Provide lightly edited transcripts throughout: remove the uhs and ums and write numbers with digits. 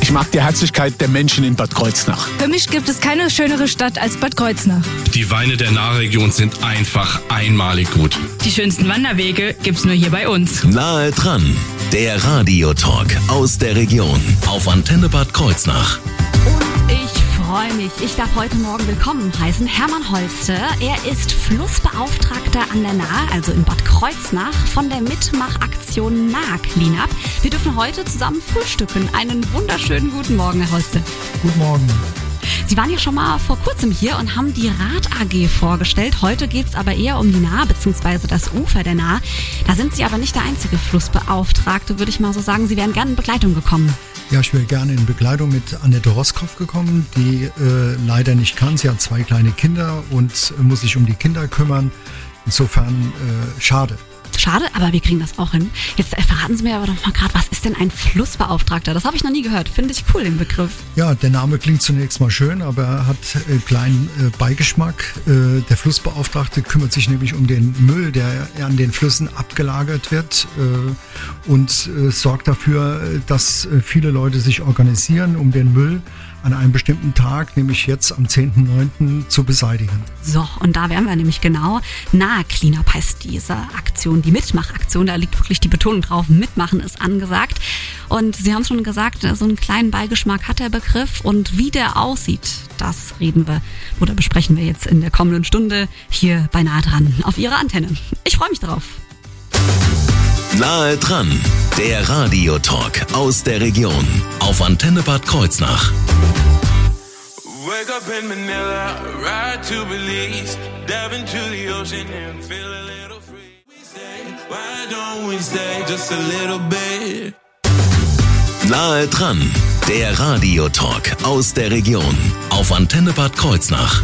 Ich mag die Herzlichkeit der Menschen in Bad Kreuznach. Für mich gibt es keine schönere Stadt als Bad Kreuznach. Die Weine der Nahregion sind einfach einmalig gut. Die schönsten Wanderwege gibt's nur hier bei uns. Nahe dran, der Radiotalk aus der Region auf Antenne Bad Kreuznach. Und ich freue mich. Ich darf heute Morgen willkommen heißen Hermann Holste. Er ist Flussbeauftragter an der Nahe, also in Bad Kreuznach, von der Mitmachaktion Nahe Cleanup. Wir dürfen heute zusammen frühstücken. Einen wunderschönen guten Morgen, Herr Holste. Guten Morgen. Sie waren ja schon mal vor kurzem hier und haben die Rad AG vorgestellt. Heute geht es aber eher um die Nahe bzw. das Ufer der Nahe. Da sind Sie aber nicht der einzige Flussbeauftragte, würde ich mal so sagen. Sie wären gerne in Begleitung gekommen. Ja, ich wäre gerne in Begleitung mit Annette Roskow gekommen, die leider nicht kann. Sie hat 2 kleine Kinder und muss sich um die Kinder kümmern. Insofern schade. Schade, aber wir kriegen das auch hin. Jetzt verraten Sie mir aber doch mal gerade, was ist denn ein Flussbeauftragter? Das habe ich noch nie gehört. Finde ich cool, den Begriff. Ja, der Name klingt zunächst mal schön, aber er hat kleinen Beigeschmack. Der Flussbeauftragte kümmert sich nämlich um den Müll, der an den Flüssen abgelagert wird und sorgt dafür, dass viele Leute sich organisieren, um den Müll an einem bestimmten Tag, nämlich jetzt am 10.9. zu beseitigen. So, und da wären wir nämlich genau. Nahe Cleanup heißt diese Aktion, die Mitmachaktion. Da liegt wirklich die Betonung drauf. Mitmachen ist angesagt. Und Sie haben schon gesagt, so einen kleinen Beigeschmack hat der Begriff. Und wie der aussieht, das reden wir oder besprechen wir jetzt in der kommenden Stunde hier bei Nahe dran auf Ihrer Antenne. Ich freue mich drauf. Nahe dran, der Radiotalk aus der Region auf Antenne Bad Kreuznach. Wake up in Manila, ride to Belize, dive into the ocean and feel a little free. We say, why don't we stay just a little bit? Nahe dran, der Radiotalk aus der Region auf Antenne Bad Kreuznach.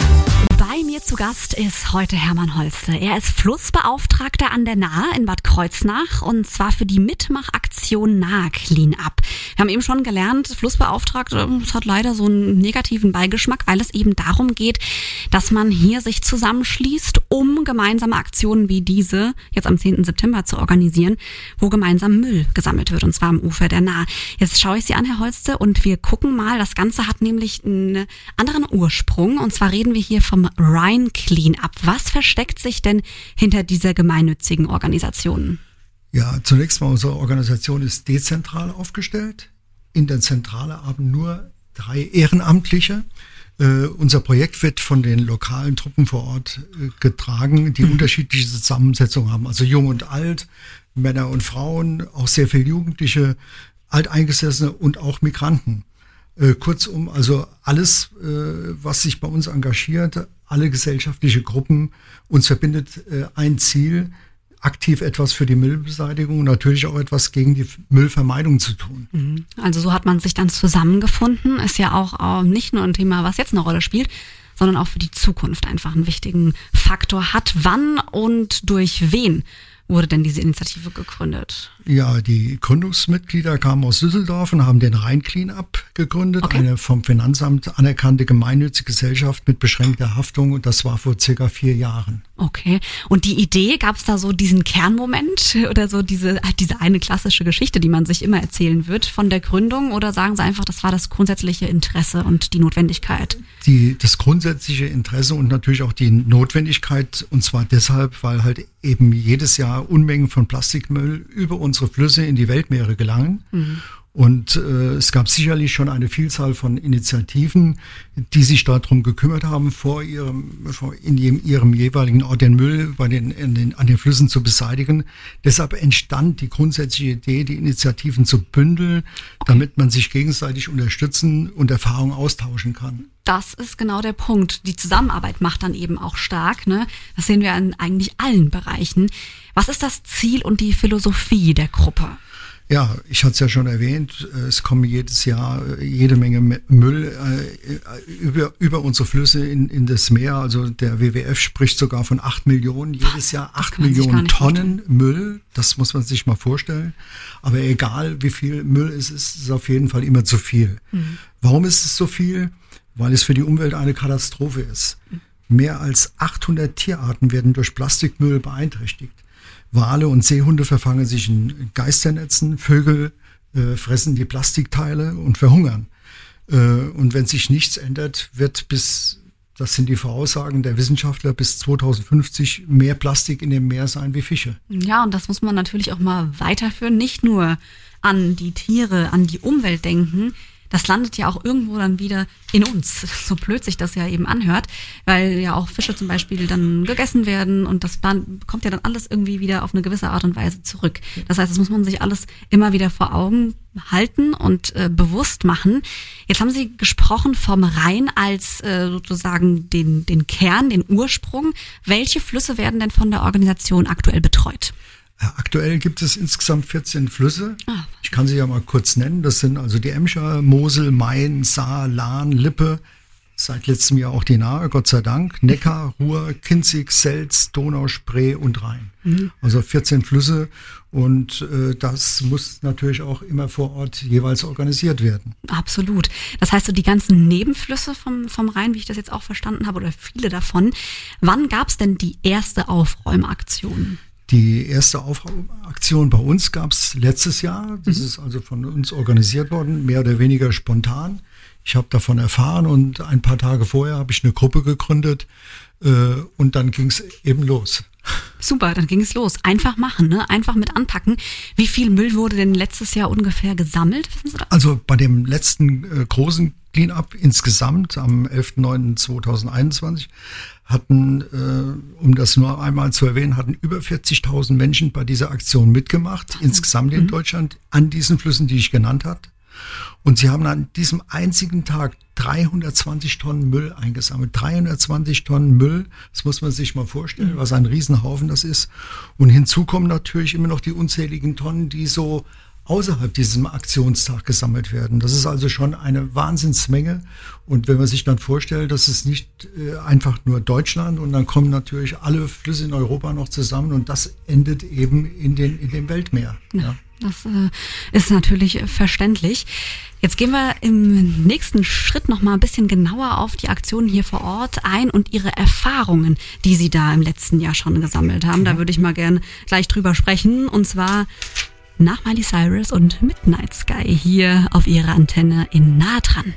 Bei mir zu Gast ist heute Hermann Holste. Er ist Flussbeauftragter an der Nahe in Bad Kreuznach und zwar für die Mitmachaktion Nahe Cleanup. Wir haben eben schon gelernt, Flussbeauftragte, das hat leider so einen negativen Beigeschmack, weil es eben darum geht, dass man hier sich zusammenschließt, um gemeinsame Aktionen wie diese jetzt am 10. September zu organisieren, wo gemeinsam Müll gesammelt wird und zwar am Ufer der Nahe. Jetzt schaue ich Sie an, Herr Holste, und wir gucken mal. Das Ganze hat nämlich einen anderen Ursprung und zwar reden wir hier vom Rhine Cleanup. Was versteckt sich denn hinter dieser gemeinnützigen Organisation? Ja, zunächst mal, unsere Organisation ist dezentral aufgestellt. In der Zentrale haben nur 3 Ehrenamtliche. Unser Projekt wird von den lokalen Truppen vor Ort getragen, die unterschiedliche Zusammensetzungen haben. Also jung und alt, Männer und Frauen, auch sehr viele Jugendliche, Alteingesessene und auch Migranten. Kurzum, also alles, was sich bei uns engagiert, alle gesellschaftliche Gruppen, uns verbindet ein Ziel, aktiv etwas für die Müllbeseitigung und natürlich auch etwas gegen die Müllvermeidung zu tun. Also so hat man sich dann zusammengefunden. Ist ja auch nicht nur ein Thema, was jetzt eine Rolle spielt, sondern auch für die Zukunft einfach einen wichtigen Faktor hat. Wann und durch wen wurde denn diese Initiative gegründet? Ja, die Gründungsmitglieder kamen aus Düsseldorf und haben den Rhein Cleanup gegründet, okay. Eine vom Finanzamt anerkannte gemeinnützige Gesellschaft mit beschränkter Haftung, und das war vor circa 4 Jahren. Okay, und die Idee, gab es da so diesen Kernmoment oder so diese eine klassische Geschichte, die man sich immer erzählen wird von der Gründung, oder sagen Sie einfach, das war das grundsätzliche Interesse und die Notwendigkeit? Das grundsätzliche Interesse und natürlich auch die Notwendigkeit, und zwar deshalb, weil halt eben jedes Jahr Unmengen von Plastikmüll über unsere Flüsse in die Weltmeere gelangen. Und es gab sicherlich schon eine Vielzahl von Initiativen, die sich darum gekümmert haben, in ihrem jeweiligen Ort den Müll an den Flüssen zu beseitigen. Deshalb entstand die grundsätzliche Idee, die Initiativen zu bündeln, damit man sich gegenseitig unterstützen und Erfahrungen austauschen kann. Das ist genau der Punkt. Die Zusammenarbeit macht dann eben auch stark, ne? Das sehen wir in eigentlich allen Bereichen. Was ist das Ziel und die Philosophie der Gruppe? Ja, ich hatte es ja schon erwähnt, es kommen jedes Jahr jede Menge Müll über unsere Flüsse in das Meer. Also der WWF spricht sogar von 8 Millionen, jedes Jahr 8 Millionen Tonnen Müll. Das muss man sich mal vorstellen. Aber egal wie viel Müll es ist, ist es auf jeden Fall immer zu viel. Warum ist es so viel? Weil es für die Umwelt eine Katastrophe ist. Mehr als 800 Tierarten werden durch Plastikmüll beeinträchtigt. Wale und Seehunde verfangen sich in Geisternetzen, Vögel fressen die Plastikteile und verhungern. Und wenn sich nichts ändert, wird das sind die Voraussagen der Wissenschaftler, bis 2050 mehr Plastik in dem Meer sein wie Fische. Ja, und das muss man natürlich auch mal weiterführen. Nicht nur an die Tiere, an die Umwelt denken. Das landet ja auch irgendwo dann wieder in uns. So blöd sich das ja eben anhört, weil ja auch Fische zum Beispiel dann gegessen werden und das kommt ja dann alles irgendwie wieder auf eine gewisse Art und Weise zurück. Das heißt, das muss man sich alles immer wieder vor Augen halten und bewusst machen. Jetzt haben Sie gesprochen vom Rhein als sozusagen den Kern, den Ursprung. Welche Flüsse werden denn von der Organisation aktuell betreut? Aktuell gibt es insgesamt 14 Flüsse. Ich kann sie ja mal kurz nennen. Das sind also die Emscher, Mosel, Main, Saar, Lahn, Lippe. Seit letztem Jahr auch die Nahe, Gott sei Dank. Neckar, Ruhr, Kinzig, Selz, Donau, Spree und Rhein. Also 14 Flüsse. Und das muss natürlich auch immer vor Ort jeweils organisiert werden. Absolut. Das heißt, so die ganzen Nebenflüsse vom Rhein, wie ich das jetzt auch verstanden habe, oder viele davon. Wann gab es denn die erste Aufräumaktion? Die erste Aufräumaktion bei uns gab es letztes Jahr. Das ist also von uns organisiert worden, mehr oder weniger spontan. Ich habe davon erfahren und ein paar Tage vorher habe ich eine Gruppe gegründet und dann ging es eben los. Super, dann ging es los. Einfach machen, ne? Einfach mit anpacken. Wie viel Müll wurde denn letztes Jahr ungefähr gesammelt? Wissen Sie das? Also bei dem letzten großen Cleanup insgesamt am 11.09.2021 hatten, um das nur einmal zu erwähnen, hatten über 40.000 Menschen bei dieser Aktion mitgemacht, insgesamt in Deutschland, an diesen Flüssen, die ich genannt habe. Und sie haben an diesem einzigen Tag 320 Tonnen Müll eingesammelt. 320 Tonnen Müll, das muss man sich mal vorstellen, was ein Riesenhaufen das ist. Und hinzu kommen natürlich immer noch die unzähligen Tonnen, die so außerhalb diesem Aktionstag gesammelt werden. Das ist also schon eine Wahnsinnsmenge. Und wenn man sich dann vorstellt, dass es nicht einfach nur Deutschland und dann kommen natürlich alle Flüsse in Europa noch zusammen und das endet eben in dem Weltmeer. Ja. Das ist natürlich verständlich. Jetzt gehen wir im nächsten Schritt noch mal ein bisschen genauer auf die Aktionen hier vor Ort ein und Ihre Erfahrungen, die Sie da im letzten Jahr schon gesammelt haben. Da würde ich mal gern gleich drüber sprechen. Und zwar nach Miley Cyrus und Midnight Sky hier auf Ihrer Antenne in Nahe dran.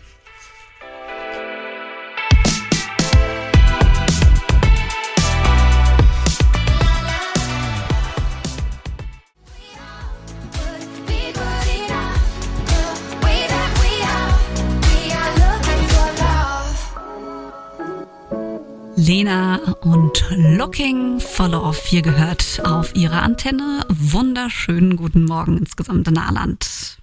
Lena und Looking for Love hier gehört auf ihrer Antenne. Wunderschönen guten Morgen ins gesamte Nahland.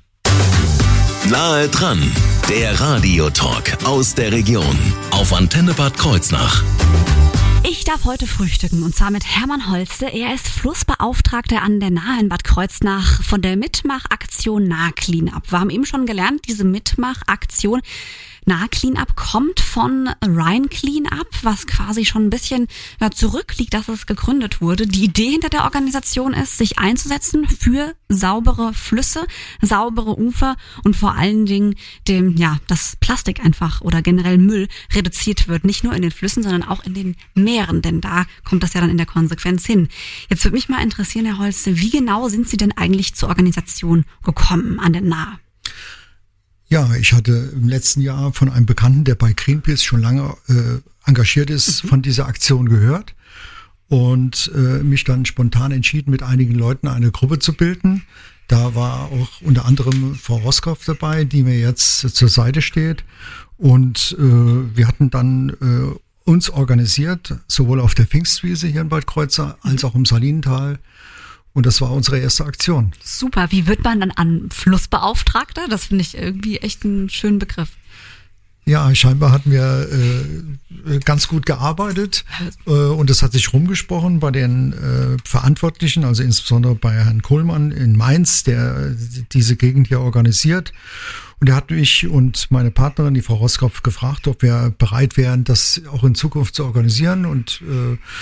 Nahe dran, der Radiotalk aus der Region auf Antenne Bad Kreuznach. Ich darf heute frühstücken und zwar mit Hermann Holste. Er ist Flussbeauftragter an der Nahe in Bad Kreuznach von der Mitmachaktion Nah-Cleanup. Wir haben eben schon gelernt, diese Mitmachaktion Nah-Cleanup kommt von Rhein Cleanup, was quasi schon ein bisschen zurückliegt, dass es gegründet wurde. Die Idee hinter der Organisation ist, sich einzusetzen für saubere Flüsse, saubere Ufer und vor allen Dingen dass Plastik einfach oder generell Müll reduziert wird. Nicht nur in den Flüssen, sondern auch in den Meeren, denn da kommt das ja dann in der Konsequenz hin. Jetzt würde mich mal interessieren, Herr Holste, wie genau sind Sie denn eigentlich zur Organisation gekommen an der Nahe? Ja, ich hatte im letzten Jahr von einem Bekannten, der bei Greenpeace schon lange engagiert ist, von dieser Aktion gehört und mich dann spontan entschieden, mit einigen Leuten eine Gruppe zu bilden. Da war auch unter anderem Frau Roskopf dabei, die mir jetzt zur Seite steht. Und wir hatten dann uns organisiert, sowohl auf der Pfingstwiese hier in Bad Kreuznach als auch im Salinental. Und das war unsere erste Aktion. Super. Wie wird man dann an Flussbeauftragter? Das finde ich irgendwie echt einen schönen Begriff. Ja, scheinbar hatten wir ganz gut gearbeitet und es hat sich rumgesprochen bei den Verantwortlichen, also insbesondere bei Herrn Kohlmann in Mainz, der diese Gegend hier organisiert. Und er hat mich und meine Partnerin, die Frau Roskopf, gefragt, ob wir bereit wären, das auch in Zukunft zu organisieren. Und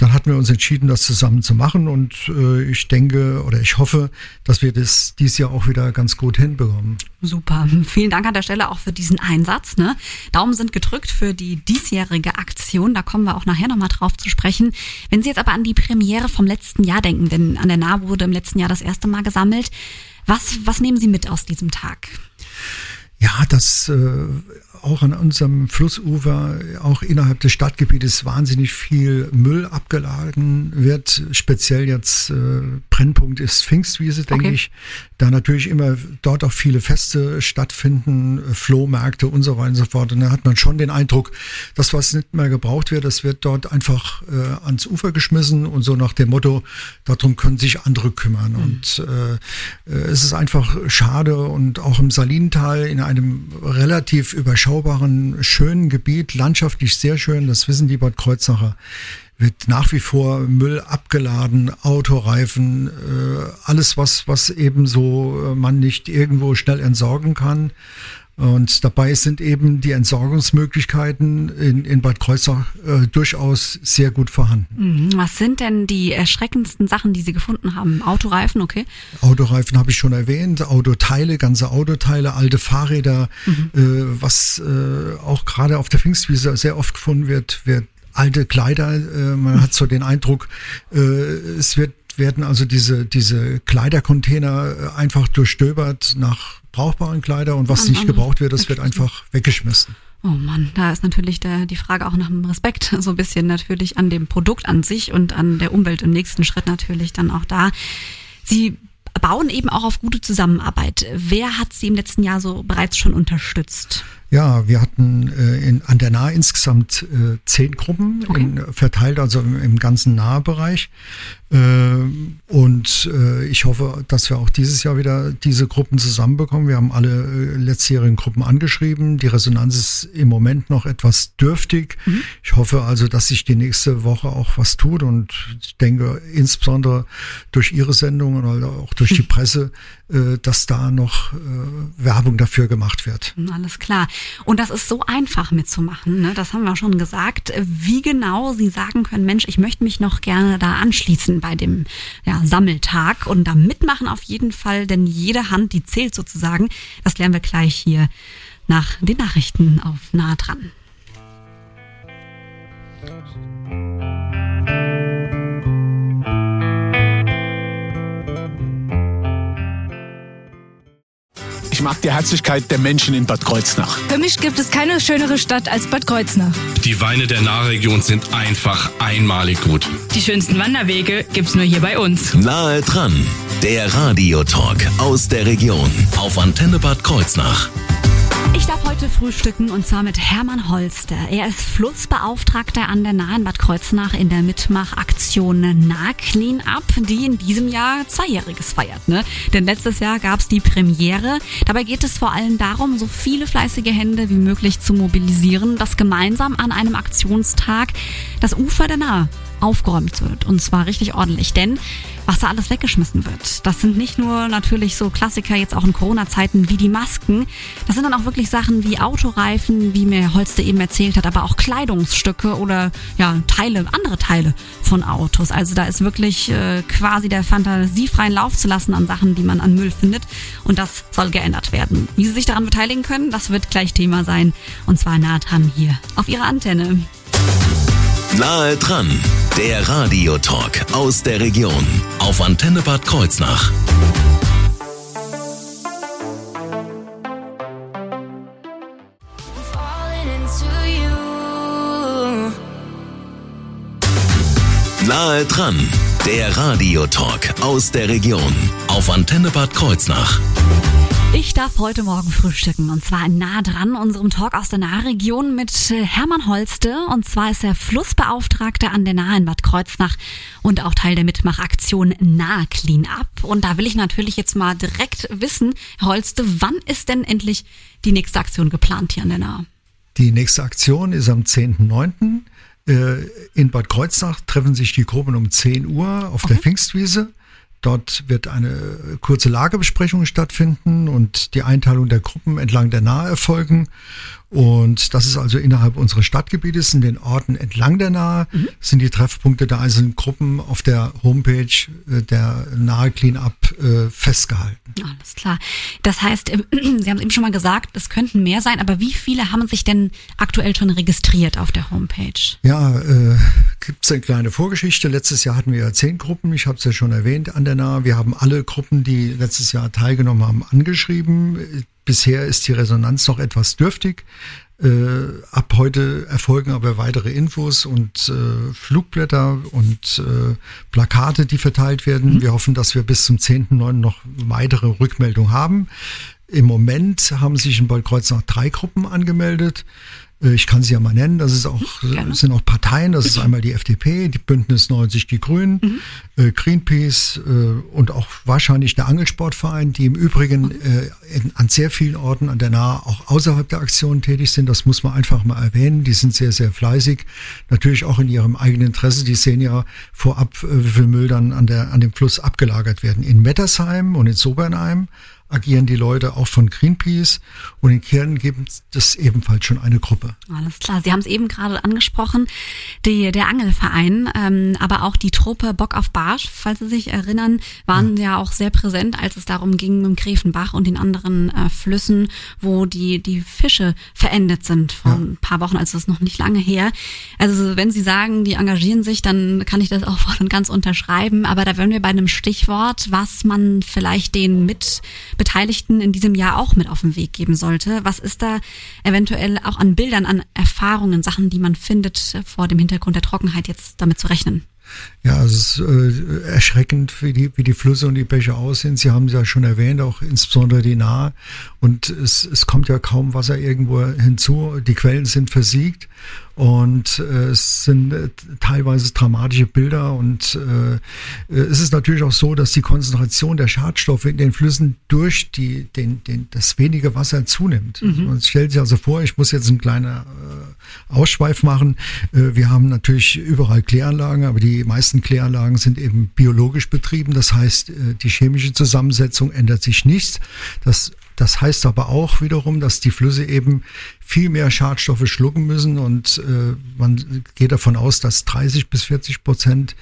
dann hatten wir uns entschieden, das zusammen zu machen und ich denke oder ich hoffe, dass wir das dieses Jahr auch wieder ganz gut hinbekommen. Super. Vielen Dank an der Stelle auch für diesen Einsatz. Ne? Daumen sind gedrückt für die diesjährige Aktion. Da kommen wir auch nachher nochmal drauf zu sprechen. Wenn Sie jetzt aber an die Premiere vom letzten Jahr denken, denn an der Nahe wurde im letzten Jahr das erste Mal gesammelt. Was nehmen Sie mit aus diesem Tag? Ja, dass auch an unserem Flussufer, auch innerhalb des Stadtgebietes wahnsinnig viel Müll abgeladen wird. Speziell jetzt Brennpunkt ist Pfingstwiese, denke ich. Da natürlich immer dort auch viele Feste stattfinden, Flohmärkte und so weiter und so fort. Und da hat man schon den Eindruck, dass was nicht mehr gebraucht wird, das wird dort einfach ans Ufer geschmissen und so nach dem Motto, darum können sich andere kümmern. Und es ist einfach schade und auch im Salinental in einem relativ überschaubaren, schönen Gebiet, landschaftlich sehr schön, das wissen die Bad Kreuznacher, wird nach wie vor Müll abgeladen, Autoreifen, alles was eben so man nicht irgendwo schnell entsorgen kann. Und dabei sind eben die Entsorgungsmöglichkeiten in Bad Kreuznach durchaus sehr gut vorhanden. Was sind denn die erschreckendsten Sachen, die Sie gefunden haben? Autoreifen, okay? Autoreifen habe ich schon erwähnt, Autoteile, ganze Autoteile, alte Fahrräder, was auch gerade auf der Pfingstwiese sehr oft gefunden wird alte Kleider. Man hat so den Eindruck, werden also diese Kleidercontainer einfach durchstöbert nach brauchbaren Kleider und was nicht gebraucht wird, das wird einfach weggeschmissen. Oh Mann, da ist natürlich die Frage auch nach dem Respekt so ein bisschen natürlich an dem Produkt an sich und an der Umwelt im nächsten Schritt natürlich dann auch da. Sie bauen eben auch auf gute Zusammenarbeit. Wer hat Sie im letzten Jahr so bereits schon unterstützt? Ja, wir hatten an der Nahe insgesamt 10 Gruppen, verteilt also im ganzen Nahbereich. Und ich hoffe, dass wir auch dieses Jahr wieder diese Gruppen zusammenbekommen. Wir haben alle letztjährigen Gruppen angeschrieben. Die Resonanz ist im Moment noch etwas dürftig. Ich hoffe also, dass sich die nächste Woche auch was tut. Und ich denke, insbesondere durch Ihre Sendung oder auch durch die Presse, dass da noch Werbung dafür gemacht wird. Alles klar. Und das ist so einfach mitzumachen, ne? Das haben wir schon gesagt. Wie genau Sie sagen können, Mensch, ich möchte mich noch gerne da anschließen bei dem Sammeltag und da mitmachen auf jeden Fall, denn jede Hand, die zählt sozusagen. Das lernen wir gleich hier nach den Nachrichten auf Nahe dran. Ich mag die Herzlichkeit der Menschen in Bad Kreuznach. Für mich gibt es keine schönere Stadt als Bad Kreuznach. Die Weine der Nahregion sind einfach einmalig gut. Die schönsten Wanderwege gibt's nur hier bei uns. Nahe dran, der Radiotalk aus der Region auf Antenne Bad Kreuznach. Ich darf heute frühstücken und zwar mit Hermann Holster. Er ist Flussbeauftragter an der Nahe in Bad Kreuznach in der Mitmachaktion Nah Clean Up, die in diesem Jahr 2-Jähriges feiert. Ne? Denn letztes Jahr gab's die Premiere. Dabei geht es vor allem darum, so viele fleißige Hände wie möglich zu mobilisieren, dass gemeinsam an einem Aktionstag das Ufer der Nahe aufgeräumt wird. Und zwar richtig ordentlich. Denn was da alles weggeschmissen wird, das sind nicht nur natürlich so Klassiker jetzt auch in Corona-Zeiten wie die Masken. Das sind dann auch wirklich Sachen wie Autoreifen, wie mir Holster eben erzählt hat, aber auch Kleidungsstücke oder andere Teile von Autos. Also da ist wirklich quasi der Fantasie freien Lauf zu lassen an Sachen, die man an Müll findet. Und das soll geändert werden. Wie Sie sich daran beteiligen können, das wird gleich Thema sein. Und zwar nah dran hier auf Ihrer Antenne. Nahe dran, der Radiotalk aus der Region auf Antenne Bad Kreuznach. Nahe dran, der Radiotalk aus der Region auf Antenne Bad Kreuznach. Ich darf heute Morgen frühstücken und zwar nah dran, unserem Talk aus der Nahregion mit Hermann Holste. Und zwar ist er Flussbeauftragter an der Nahe in Bad Kreuznach und auch Teil der Mitmachaktion Nah Clean Up. Und da will ich natürlich jetzt mal direkt wissen, Herr Holste, wann ist denn endlich die nächste Aktion geplant hier an der Nahe? Die nächste Aktion ist am 10.9. In Bad Kreuznach treffen sich die Gruppen um 10 Uhr auf der Pfingstwiese. Dort wird eine kurze Lagebesprechung stattfinden und die Einteilung der Gruppen entlang der Nahe erfolgen. Und das ist also innerhalb unseres Stadtgebietes, in den Orten entlang der Nahe, sind die Treffpunkte der einzelnen Gruppen auf der Homepage der Nahe Cleanup festgehalten. Alles klar. Das heißt, Sie haben es eben schon mal gesagt, es könnten mehr sein, aber wie viele haben sich denn aktuell schon registriert auf der Homepage? Ja, gibt es eine kleine Vorgeschichte. Letztes Jahr hatten wir 10 Gruppen, ich habe es ja schon erwähnt, an der Nahe. Wir haben alle Gruppen, die letztes Jahr teilgenommen haben, angeschrieben. Bisher ist die Resonanz noch etwas dürftig. Ab heute erfolgen aber weitere Infos und Flugblätter und Plakate, die verteilt werden. Wir hoffen, dass wir bis zum 10.9. noch weitere Rückmeldungen haben. Im Moment haben sich in Bad Kreuznach 3 Gruppen angemeldet. Ich kann sie ja mal nennen, das ist auch, sind auch Parteien, das ist einmal die FDP, die Bündnis 90, die Grünen, Greenpeace und auch wahrscheinlich der Angelsportverein, die im Übrigen an sehr vielen Orten an der Nahe auch außerhalb der Aktion tätig sind. Das muss man einfach mal erwähnen. Die sind sehr, sehr fleißig. Natürlich auch in ihrem eigenen Interesse. Die sehen ja vorab, wie viel Müll dann an dem Fluss abgelagert werden. In Mettersheim und in Sobernheim agieren die Leute auch von Greenpeace und in Kirchen gibt es ebenfalls schon eine Gruppe. Alles klar. Sie haben es eben gerade angesprochen, der Angelverein, aber auch die Truppe Bock auf Barsch, falls Sie sich erinnern, waren ja auch sehr präsent, als es darum ging im Grevenbach und den anderen Flüssen, wo die Fische verendet sind vor ein paar Wochen, also das ist noch nicht lange her. Also wenn Sie sagen, die engagieren sich, dann kann ich das auch voll und ganz unterschreiben, aber da wären wir bei einem Stichwort, was man vielleicht den Beteiligten in diesem Jahr auch mit auf den Weg geben sollte. Was ist da eventuell auch an Bildern, an Erfahrungen, Sachen, die man findet, vor dem Hintergrund der Trockenheit jetzt damit zu rechnen? Ja, es ist erschreckend, wie die Flüsse und die Bäche aussehen. Sie haben es ja schon erwähnt, auch insbesondere die Nahe. Und es kommt ja kaum Wasser irgendwo hinzu. Die Quellen sind versiegt und es sind teilweise dramatische Bilder. Und es ist natürlich auch so, dass die Konzentration der Schadstoffe in den Flüssen durch das wenige Wasser zunimmt. Man stellt sich also vor, ich muss jetzt einen kleinen Ausschweif machen. Wir haben natürlich überall Kläranlagen, aber die meisten Kläranlagen sind eben biologisch betrieben. Das heißt, die chemische Zusammensetzung ändert sich nicht. Das heißt aber auch wiederum, dass die Flüsse eben viel mehr Schadstoffe schlucken müssen und man geht davon aus, dass 30-40%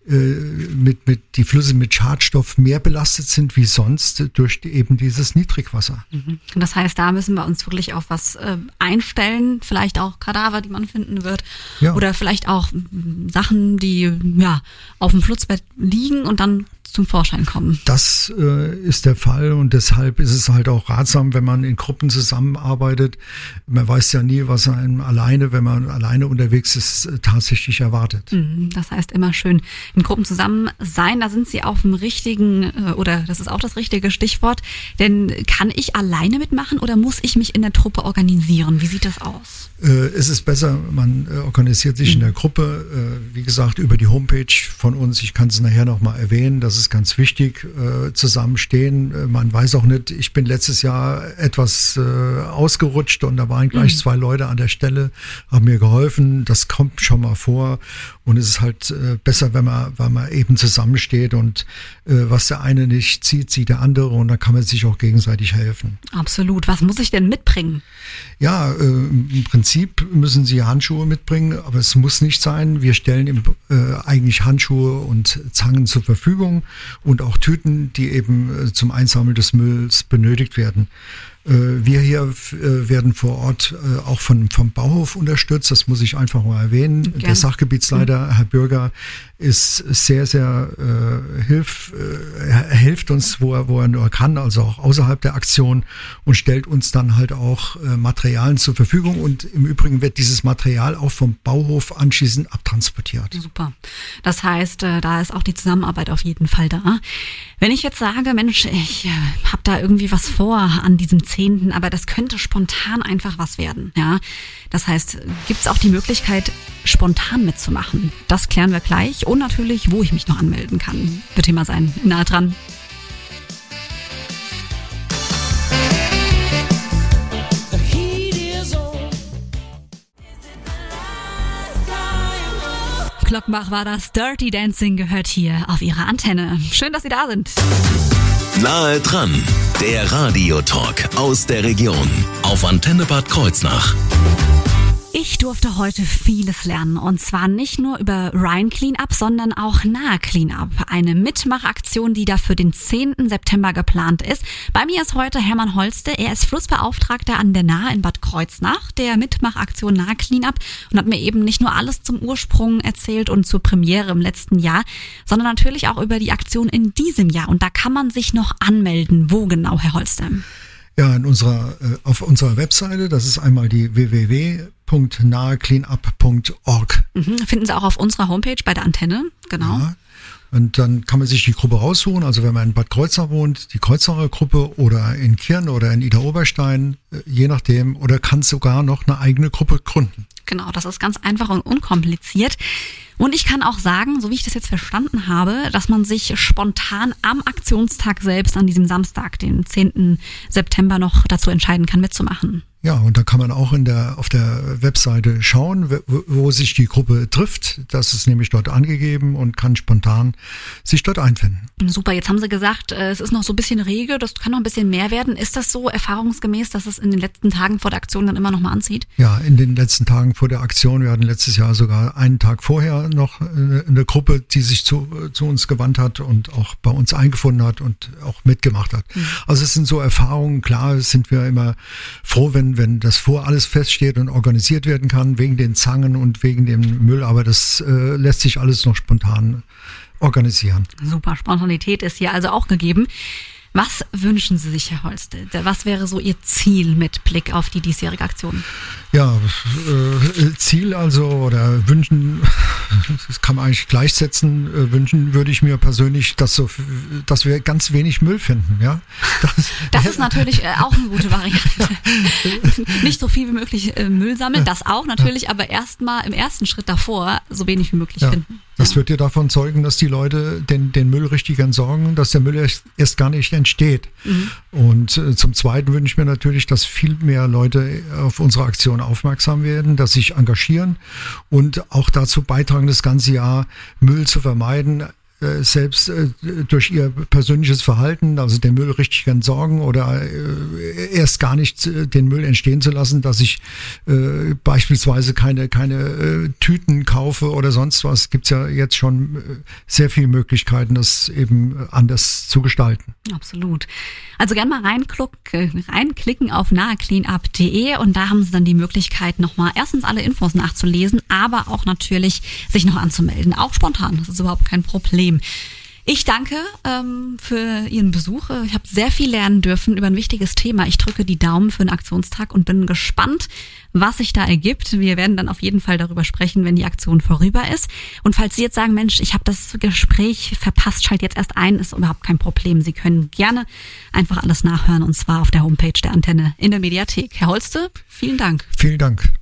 die Flüsse mit Schadstoff mehr belastet sind wie sonst durch eben dieses Niedrigwasser. Und das heißt, da müssen wir uns wirklich auf was einstellen, vielleicht auch Kadaver, die man finden wird, oder vielleicht auch Sachen, die auf dem Flussbett liegen und dann zum Vorschein kommen. Das ist der Fall und deshalb ist es halt auch ratsam, wenn man in Gruppen zusammenarbeitet. Man weiß ja nie, was einem wenn man alleine unterwegs ist, tatsächlich erwartet. Das heißt immer schön in Gruppen zusammen sein. Da sind Sie auf dem richtigen, oder das ist auch das richtige Stichwort. Denn kann ich alleine mitmachen oder muss ich mich in der Truppe organisieren? Wie sieht das aus? Es ist besser, man organisiert sich in der Gruppe. Wie gesagt, über die Homepage von uns. Ich kann es nachher nochmal erwähnen. Das ist ganz wichtig, zusammenstehen. Man weiß auch nicht, ich bin letztes Jahr etwas ausgerutscht und da waren gleich 2 Leute an der Stelle, haben mir geholfen. Das kommt schon mal vor und es ist halt besser, weil man eben zusammensteht und was der eine nicht zieht, zieht der andere und dann kann man sich auch gegenseitig helfen. Absolut. Was muss ich denn mitbringen? Ja, im Prinzip müssen Sie Handschuhe mitbringen, aber es muss nicht sein. Wir stellen eigentlich Handschuhe und Zangen zur Verfügung und auch Tüten, die eben zum Einsammeln des Mülls benötigt werden. Wir hier werden vor Ort auch vom Bauhof unterstützt, das muss ich einfach mal erwähnen. Gerne. Der Sachgebietsleiter, Herr Bürger, ist sehr, sehr hilft uns, wo er nur kann, also auch außerhalb der Aktion und stellt uns dann halt auch Materialien zur Verfügung und im Übrigen wird dieses Material auch vom Bauhof anschließend abtransportiert. Super. Das heißt, da ist auch die Zusammenarbeit auf jeden Fall da. Wenn ich jetzt sage, Mensch, ich habe da irgendwie was vor an diesem 10., aber das könnte spontan einfach was werden. Ja, das heißt, gibt es auch die Möglichkeit, spontan mitzumachen? Das klären wir gleich und natürlich, wo ich mich noch anmelden kann. Wird Thema sein. Nahe dran. Glockenbach war das. Dirty Dancing gehört hier auf Ihrer Antenne. Schön, dass Sie da sind. Nahe dran, der Radiotalk aus der Region auf Antenne Bad Kreuznach. Ich durfte heute vieles lernen und zwar nicht nur über Rhein Cleanup, sondern auch Nahe Cleanup. Eine Mitmachaktion, die da für den 10. September geplant ist. Bei mir ist heute Hermann Holste. Er ist Flussbeauftragter an der Nahe in Bad Kreuznach, der Mitmachaktion Nahe Cleanup, und hat mir eben nicht nur alles zum Ursprung erzählt und zur Premiere im letzten Jahr, sondern natürlich auch über die Aktion in diesem Jahr. Und da kann man sich noch anmelden. Wo genau, Herr Holste? Ja, auf unserer Webseite, das ist einmal die www.nahecleanup.org. Finden Sie auch auf unserer Homepage bei der Antenne, genau. Ja, und dann kann man sich die Gruppe raussuchen, also wenn man in Bad Kreuznach wohnt, die Kreuznacher Gruppe oder in Kirn oder in Idar-Oberstein, je nachdem, oder kann sogar noch eine eigene Gruppe gründen. Genau, das ist ganz einfach und unkompliziert. Und ich kann auch sagen, so wie ich das jetzt verstanden habe, dass man sich spontan am Aktionstag selbst, an diesem Samstag, den 10. September, noch dazu entscheiden kann, mitzumachen. Ja, und da kann man auch auf der Webseite schauen, wo sich die Gruppe trifft. Das ist nämlich dort angegeben und kann spontan sich dort einfinden. Super, jetzt haben Sie gesagt, es ist noch so ein bisschen rege, das kann noch ein bisschen mehr werden. Ist das so erfahrungsgemäß, dass es in den letzten Tagen vor der Aktion dann immer noch mal anzieht? Ja, in den letzten Tagen vor der Aktion, wir hatten letztes Jahr sogar einen Tag vorher noch eine Gruppe, die sich zu uns gewandt hat und auch bei uns eingefunden hat und auch mitgemacht hat. Also es sind so Erfahrungen, klar sind wir immer froh, wenn das alles feststeht und organisiert werden kann, wegen den Zangen und wegen dem Müll, aber das lässt sich alles noch spontan organisieren. Super, Spontanität ist hier also auch gegeben. Was wünschen Sie sich, Herr Holste? Was wäre so Ihr Ziel mit Blick auf die diesjährige Aktion? Ja, Ziel also oder wünschen, das kann man eigentlich gleichsetzen, wünschen würde ich mir persönlich, dass wir ganz wenig Müll finden. Ja? Das ist natürlich auch eine gute Variante. Nicht so viel wie möglich Müll sammeln, das auch natürlich, aber erstmal im ersten Schritt davor so wenig wie möglich finden. Das wird ja davon zeugen, dass die Leute den Müll richtig entsorgen, dass der Müll erst gar nicht entsteht. Und zum Zweiten wünsche ich mir natürlich, dass viel mehr Leute auf unsere Aktion aufmerksam werden, dass sich engagieren und auch dazu beitragen, das ganze Jahr Müll zu vermeiden, selbst durch ihr persönliches Verhalten, also den Müll richtig entsorgen oder erst gar nicht den Müll entstehen zu lassen, dass ich beispielsweise keine Tüten kaufe oder sonst was. Gibt's ja jetzt schon sehr viele Möglichkeiten, das eben anders zu gestalten. Absolut. Also gerne mal reinklicken auf nahecleanup.de und da haben Sie dann die Möglichkeit, nochmal erstens alle Infos nachzulesen, aber auch natürlich sich noch anzumelden. Auch spontan, das ist überhaupt kein Problem. Ich danke für Ihren Besuch. Ich habe sehr viel lernen dürfen über ein wichtiges Thema. Ich drücke die Daumen für den Aktionstag und bin gespannt, was sich da ergibt. Wir werden dann auf jeden Fall darüber sprechen, wenn die Aktion vorüber ist. Und falls Sie jetzt sagen, Mensch, ich habe das Gespräch verpasst, schalt jetzt erst ein, ist überhaupt kein Problem. Sie können gerne einfach alles nachhören und zwar auf der Homepage der Antenne in der Mediathek. Herr Holste, vielen Dank. Vielen Dank.